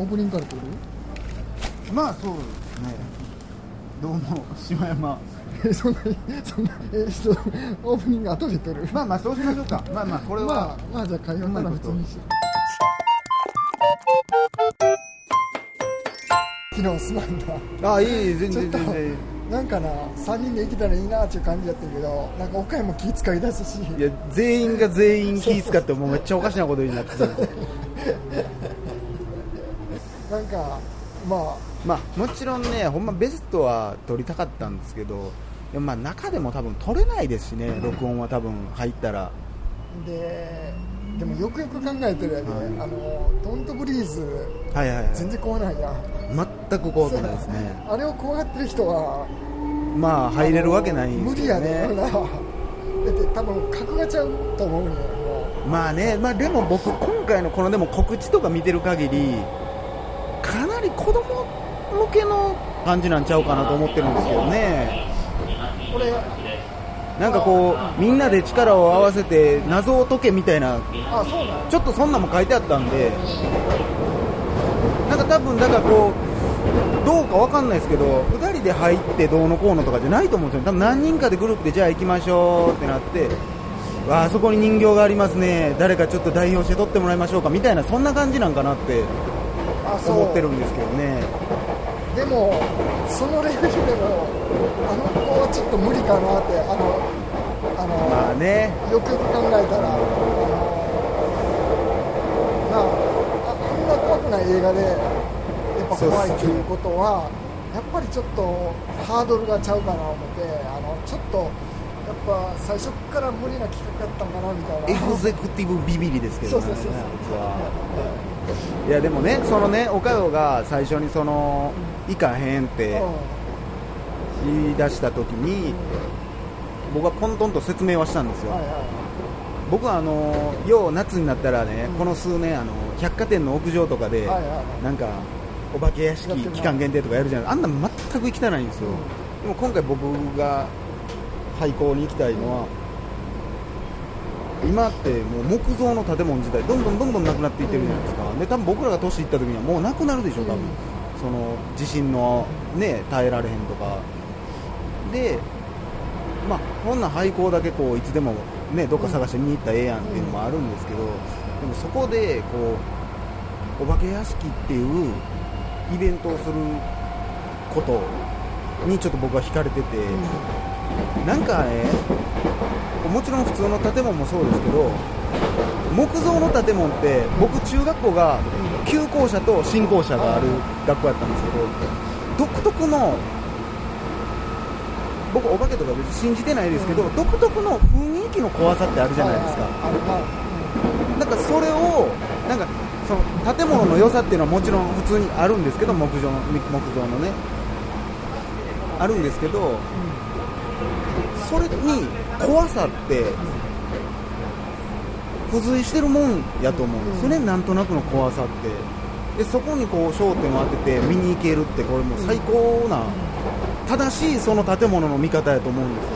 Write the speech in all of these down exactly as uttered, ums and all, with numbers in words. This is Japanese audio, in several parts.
オープニングから撮る？ まあそうですね。どうも島山えそんなそんなえちょっとオープニング後で撮る？ まあまあそうしましょうか。まあまあこれはまあまあじゃあ会話から普通にして。昨日すまんだ。 ああいい全ちょっと然全然なんかなさんにんで行けたらいいなっていう感じだったけど、なんか岡山気使い出すし、 いや全員が全員気使ってもうめっちゃおかしなことになってたなんかまあまあもちろんねほんまベストは撮りたかったんですけど、でもまあ中でも多分撮れないですしね、録音は多分入ったら。 ででもよくよく考えてるやで、 はいあのドントブリーズはいはいはい全然怖ないやん。 全く怖くないですね。 あれを怖がってる人はまあ入れるわけないんですよ無理やで、 ね。 だって多分格がちゃうと思うねん。もまあね、まあでも僕今回のこのでも告知とか見てる限りかなり子供向けの感じなんちゃうかなと思ってるんですけどね。 うこれなんかこうみんなで力を合わせて謎を解けみたいな、 あそうなんちょっとそんなも書いてあったんで、なんか多分だからこうどうかわかんないですけどふたりで入ってどうのこうのとかじゃないと思うんですよ。多分何人かでグループでじゃあ行きましょうってなって、わあそこに人形がありますね、誰かちょっと代表して取ってもらいましょうかみたいな、そんな感じなんかなってあそう思ってるんですけどね。 でもそのレベルでもあの子はちょっと無理かなって、あのあの、 まあね、 よくよく考えたら、あのなあ、あんな怖くない映画でやっぱ怖いということはやっぱりちょっとハードルがちゃうかな思って、あのちょっとやっぱ最初から無理な企画だったんかなみたいな。 エグゼクティブビビリですけどね。 そうそうそうそう実はいやでもね、そのね岡代が最初にその行かへんって言い出した時に僕はトントンと説明はしたんですよ。 はいはい僕はあのよう夏になったらね、この数年あの百貨店の屋上とかではいはいはいなんかお化け屋敷やってるな期間限定とかやるじゃない、あんな全く行きたないんですよ。でも今回僕が廃校に行きたいのは、今ってもう木造の建物自体どんどんどんどんなくなっていってるじゃないですか。で多分僕らが年いった時にはもうなくなるでしょ多分、その地震のね耐えられへんとかで、まあこんな廃校だけこういつでもねどっか探して見に行ったらええやんっていうのもあるんですけど、でもそこでこうお化け屋敷っていうイベントをすることにちょっと僕は惹かれてて、なんかねもちろん普通の建物もそうですけど、木造の建物って僕中学校が旧校舎と新校舎がある学校やったんですけど、独特の僕お化けとか別に信じてないですけど、独特の雰囲気の怖さってあるじゃないですか。 あるな。 なんかそれをなんかその建物の良さっていうのはもちろん普通にあるんですけど、木造の木造のねあるんですけど、それに怖さって付随してるもんやと思うんですよね、なんとなくの怖さって。でそこにこう焦点を当てて見に行けるって、これもう最高な正しいその建物の見方やと思うんですよね。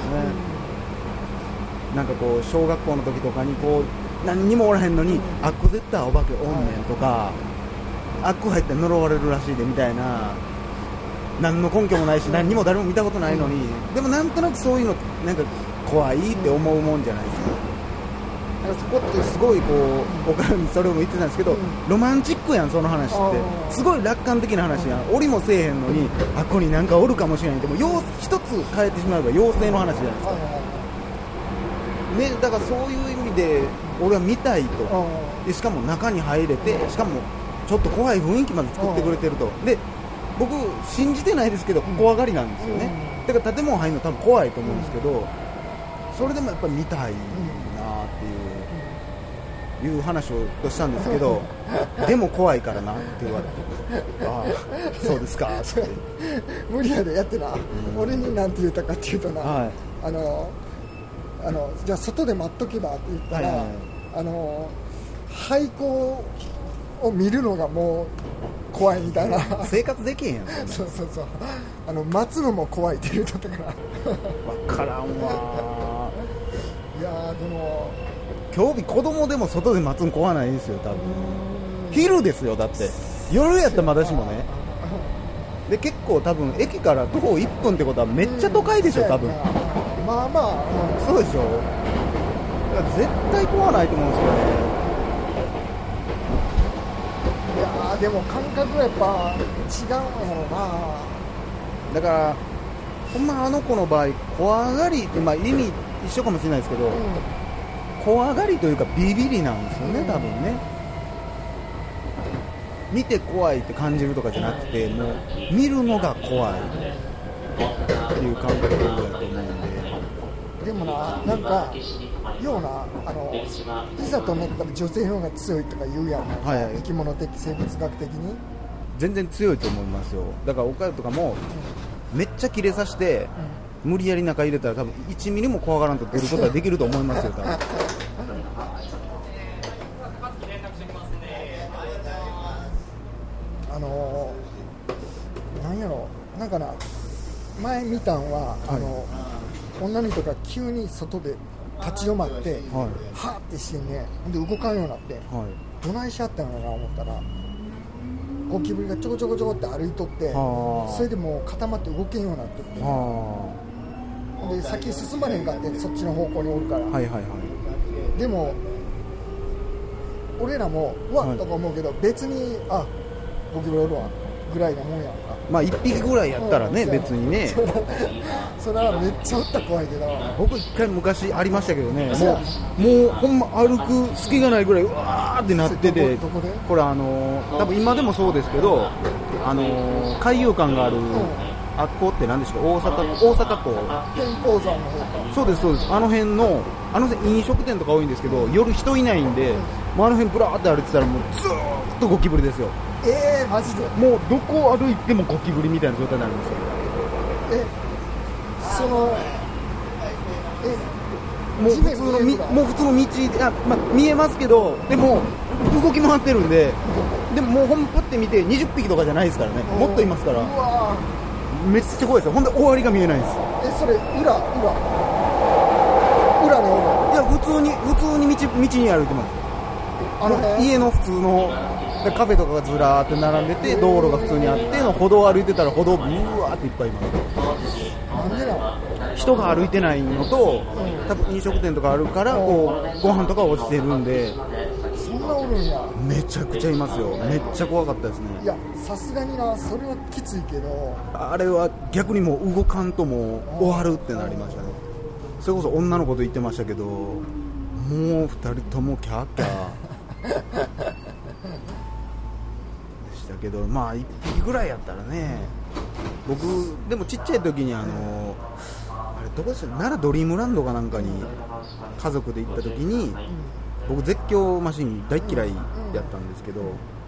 なんかこう小学校の時とかにこう何にもおらへんのに、あっこ絶対お化けおんねんとか、あっこ入って呪われるらしいでみたいな、何の根拠もないし何にも誰も見たことないのに、でもなんとなくそういうのなんか怖いって思うもんじゃないですか。だからそこってすごいこうおかみそれも言ってたんですけど、ロマンチックやんその話って、すごい楽観的な話やん。降りもせえへんのにあっこになんかおるかもしれないけど、も一つ変えてしまえば妖精の話じゃないですか、ね、だからそういう意味で俺は見たいと。でしかも中に入れて、しかもちょっと怖い雰囲気まで作ってくれてると。で僕信じてないですけど怖がりなんですよね。だから建物入るの多分怖いと思うんですけど、それでもやっぱり見たいなっていう、いう話をとしたんですけどでも怖いからなって言われて、ああそうですかって無理やでやってな、俺になんて言ったかっていうとな、 はい、 あのあのじゃあ外で待っとけばって言ったら、 はいはいはい、 あの廃校を見るのがもう怖いみたいな生活できへんやんそうそうそう、あの待つのも怖いって言うとったから分からんわいやーでも今日日子供でも外で待つん怖ないですよ多分。昼ですよだって。 夜やったらまだしもね。で結構多分駅から徒歩いっぷんってことはめっちゃ都会でしょ、多分。 まあまあ、 うん、そうでしょ。だから絶対怖ないと思うんですけどね。 いやーでも感覚がやっぱ違うんやろな。 だからほんまあの子の場合怖がりって、まあ、意味一緒かもしれないですけど、うん、怖がりというかビビりなんですよね、多分ね。見て怖いって感じるとかじゃなくて、もう見るのが怖いっていう感覚だと思うんで。 でもな、なんかようなあのいざとなったら女性の方が強いとか言うやん、はいはい、生き物的生物学的に全然強いと思いますよ。だから岡山とかも、うん、めっちゃキレさせて、うん、無理やり中入れたら多分いちミリも怖がらんと出ることはできると思いますよ多分あのー、なんやろなんかな、前見たんは、はい、あの女の人が急に外で立ち止まって、はい、はーってしてね、で動かんようになって、はい、どないしはったのかな思ったら、ゴキブリがちょこちょこちょこって歩いとって、それでもう固まって動けんようになってって、ね、で先進まれへんかって、そっちの方向におるから、はいはいはい、でも俺らもうわっとか思うけど、はい、別にあゴキブリおるわぐらいのもんやんか。 まあいっぴきぐらいやったらね、うん、別にねそれはめっちゃおったら怖いけど、 僕一回昔ありましたけどね、もう、もうほんま歩く隙がないぐらいうわーってなってて、 どこでこれあのー、多分今でもそうですけど、あのー、海遊館がある、うん、あっこって何でしょう、大阪大阪港、 天保山の方か。 そうですそうです、あの辺のあの辺飲食店とか多いんですけど、夜人いないんで、うん、もうあの辺ブラーって歩いてたらもうずーっとゴキブリですよ。 えー、マジでもうどこ歩いてもゴキブリみたいな状態になるんですよ。 えそのえもう普通のみもう普通の道で、あ、まあ、見えますけど、でも動き回ってるんで、でももうほんまパッて見てにじゅっぴきとかじゃないですからね、もっといますから、うわめっちゃ怖いですよ。ほんで終わりが見えないんです。 えそれ裏裏裏におる？ いや普通に普通に道道に歩いてます。あの家の普通のカフェとかがずらーって並んでて、道路が普通にあっての歩道を歩いてたら歩道ブワーっていっぱいいます。 なんでな人が歩いてないのと、多分飲食店とかあるからこうご飯とか落ちてるんで。 そんなおるんや。 めちゃくちゃいますよ。めっちゃ怖かったですね。 いやさすがにな、それはきついけど、 あれは逆にもう動かんともう終わるってなりましたね。それこそ女の子と言ってましたけど、もうふたりともキャーキャーだけど、まあいっぴきぐらいやったらね。僕でもちっちゃい時にあのあれどこでした奈良ドリームランドかなんかに家族で行った時に、僕絶叫マシン大嫌いやったんですけど、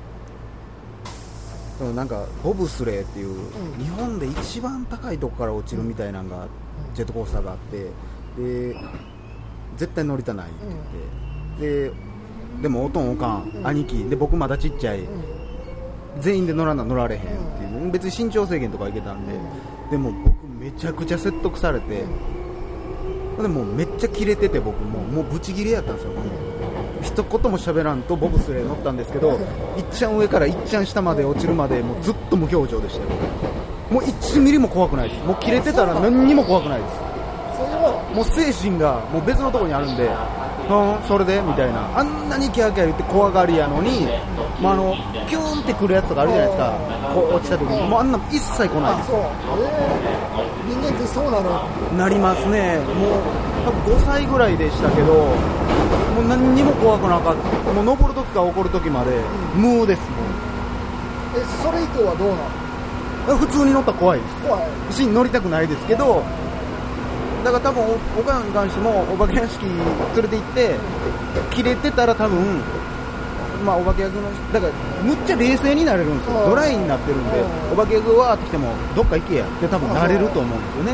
そのなんかボブスレーっていう日本で一番高いとこから落ちるみたいなのがジェットコースターがあって、で絶対乗りたないって言って、ででもおとんおかん兄貴で僕まだちっちゃい、全員で乗らな乗られへんっていう、別に身長制限とかいけたんで、でも僕めちゃくちゃ説得されて、でもめっちゃキレてて、僕ももうブチギレやったんですよ。もう一言も喋らんとボブスレー乗ったんですけど、いっちゃん上からいっちゃん下まで落ちるまでもうずっと無表情でしたよ。もういちミリも怖くないです。もうキレてたら何にも怖くないです。もう精神がもう別のところにあるんで、うんそれでみたいな、あんなにキャーキャー言って怖がりやのに、まあ、あのピューンってくるやつとかあるじゃないですか、こう落ちた時にもうあんな一切来ないです。 そう、えー、人間ってそうなの？ なりますね。もう多分ごさいぐらいでしたけど、もう何にも怖くなかった。もう登る時から怒る時まで、うん、無です。もうえそれ以降はどうなの？ 普通に乗ったら怖いです。 怖いし乗りたくないですけど、だから多分おかんに関してもお化け屋敷連れて行ってキレてたら多分、まあ、お化け役のだからむっちゃ冷静になれるんですよ。ドライになってるんで、お化け役がわーって来てもどっか行けやって多分なれると思うんですよね。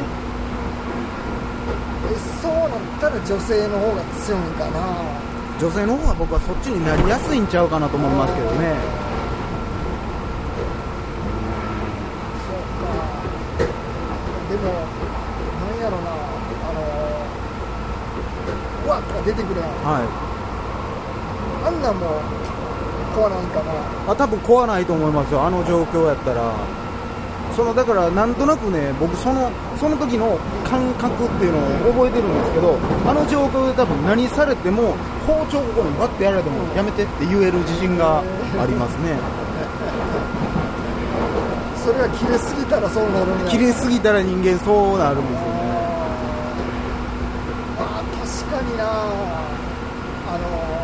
えそうなったら女性の方が強いんかな。 女性の方が僕はそっちになりやすいんちゃうかなと思いますけどね。 そうか。でもなんやろな、あのー、うわっとか出てくるやん、 はい、 あんなんも怖ないんかな。 あ、多分怖ないと思いますよ、あの状況やったら。そのだからなんとなくね、僕そのその時の感覚っていうのを覚えてるんですけど、あの状況で多分何されても包丁ここにバッてやられてもやめてって言える自信がありますね。 それが切れすぎたらそうなるんや。 切れすぎたら人間そうなるんですよね。 ああ、確かにな。あの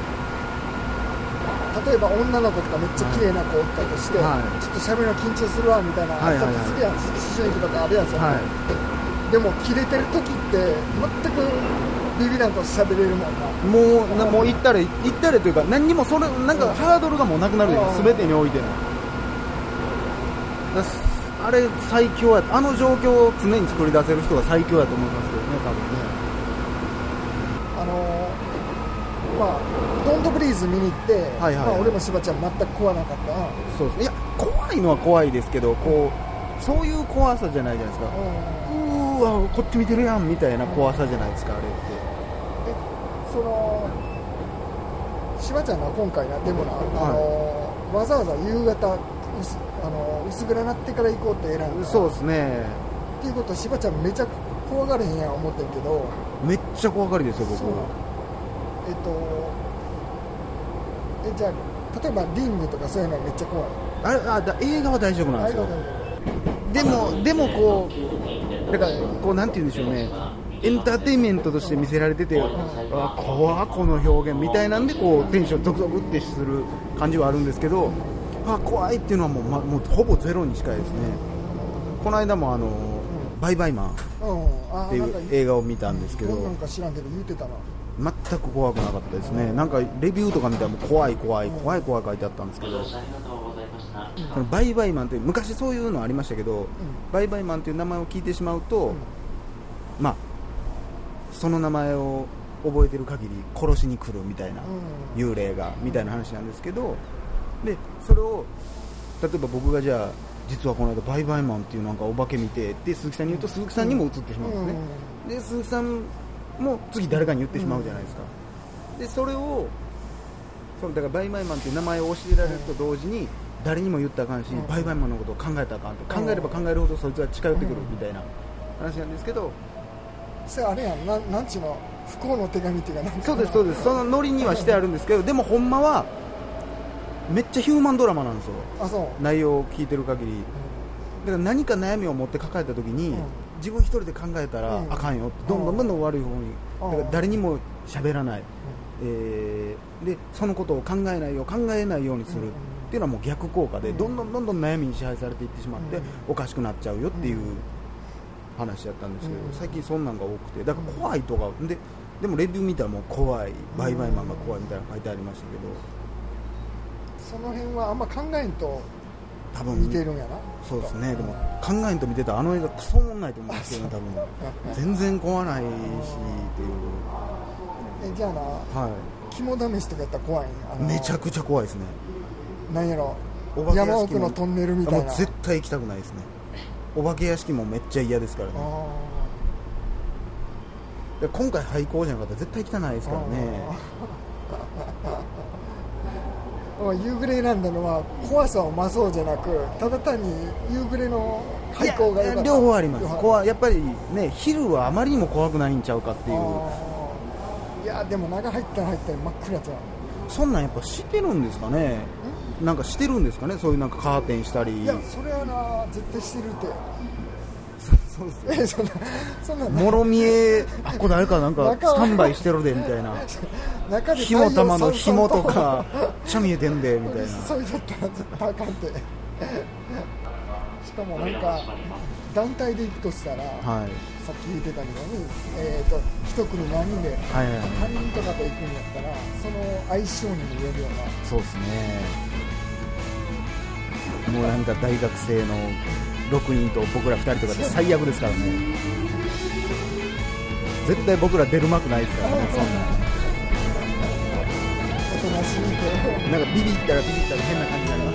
例えば女の子とかめっちゃ綺麗な子おったとして、はい、ちょっと喋るの緊張するわみたいな、はいはいはい、あったとするやん、思春期とかあるやん、そんな、はい、でも切れてる時って全くビビらんと喋れるもんな。 もうなもう行ったれ行ったれというか、何にもそれなんかハードルがもうなくなるよ、全てにおいての。あれ最強や、あの状況を常に作り出せる人が最強やと思いますけどね、多分ね。 あのー、まあドントブリーズ見に行って、はいはいはい、まあ、俺もしばちゃん全く怖なかった。 そうです。いや怖いのは怖いですけど、こうそういう怖さじゃないじゃないですか。うん、うーわこっち見てるやんみたいな怖さじゃないですか、うん、あれって。 えそのしばちゃんが今回なでもな、あのーはい、わざわざ夕方薄あの薄暗なってから行こうって選んだ。 そうですね。 っていうことはしばちゃんめちゃ怖がれへんやん思ってんけど。 めっちゃ怖がりですよ僕。 えっとえじゃあ例えばリングとかそういうのはめっちゃ怖い。 あれあだ映画は大丈夫なんですよ。でもでもこうだからこうなんて言うんでしょうね、エンターテインメントとして見せられてて、うん、あ怖この表現みたいなんでこうテンションゾクゾクってする感じはあるんですけど、あ怖いっていうのはもう、ま、もうほぼゼロに近いですね。この間もあの、うん、バイバイマンっていう映画を見たんですけど、 なんか知らんけど言ってたな。 全く怖くなかったですね。なんかレビューとか見たらもう怖い怖い怖い怖い書いてあったんですけど、うん、このバイバイマンって昔そういうのありましたけど、うん、バイバイマンっていう名前を聞いてしまうと、うん、まあその名前を覚えてる限り殺しに来るみたいな、うん、幽霊がみたいな話なんですけど、でそれを例えば僕がじゃあ実はこの間バイバイマンっていうなんかお化け見てって鈴木さんに言うと鈴木さんにも映ってしまうんですね、うん、で鈴木さんもう次誰かに言ってしまうじゃないですか、うん、でそれをそのだからバイバイマンという名前を教えられると同時に誰にも言ったらあかんし、うん、バイバイマンのことを考えたらあかんと、考えれば考えるほどそいつは近寄ってくるみたいな話なんですけど、 それあれやん な, なんちゅうの不幸の手紙っていうかなんかそうですそうです、そのノリにはしてあるんですけどでもほんまはめっちゃヒューマンドラマなんですよ。あそう内容を聞いてる限り、うん、だから何か悩みを持って抱えた時に、うん、自分一人で考えたらあかんよって、どんどんどんどん悪い方に、だから誰にも喋らない、うんえー、でそのことを考えないよ考えないようにするっていうのはもう逆効果で、どんどんどんどん悩みに支配されていってしまっておかしくなっちゃうよっていう話やったんですけど、最近そんなんが多くて、だから怖いとかででもレビュー見たらもう怖いバイバイマンが怖いみたいなの書いてありましたけど、 その辺はあんま考えんと多分見てるんやな。 そうですね。でも考えんと見てたらあの映画クソもんないと思うんですけど、多分全然怖ないしっていう。 えじゃあな、はい、肝試しとかやったら怖いん、あのー、 めちゃくちゃ怖いですね。 なんやろ山奥のトンネルみたいな。 もう絶対行きたくないですね。お化け屋敷もめっちゃ嫌ですからね。で今回廃校じゃなかったら絶対汚いですからね。 夕暮れ選んだのは怖さを増そうじゃなく、ただ単に夕暮れの廃校が良かった。 両方あります。怖やっぱりね、昼はあまりにも怖くないんちゃうかっていう。 いやでも中入ったら入ったら真っ暗じゃん。 そんなんやっぱしてるんですかね。んなんかしてるんですかね、そういうなんかカーテンしたり。 いやそれはな絶対してるって。 そうですよ、ね、 そんなもろ見え、あこれ誰かなんかスタンバイしてるでみたいな、火の玉の紐とかちゃ見えてんでみたいな。 そういうのったら絶対あかんって。しかもなんか団体で行くとしたら、はい、さっき言ってたけどに、えー、と一組何人で他人とかと行くんやったらその相性にもよるような。 そうですね。もうなんか大学生のろくにんと僕らふたりとかで最悪ですからね。絶対僕ら出る幕ないですからね。そんなおとなしいなんかビビったらビビったら変な感じになります。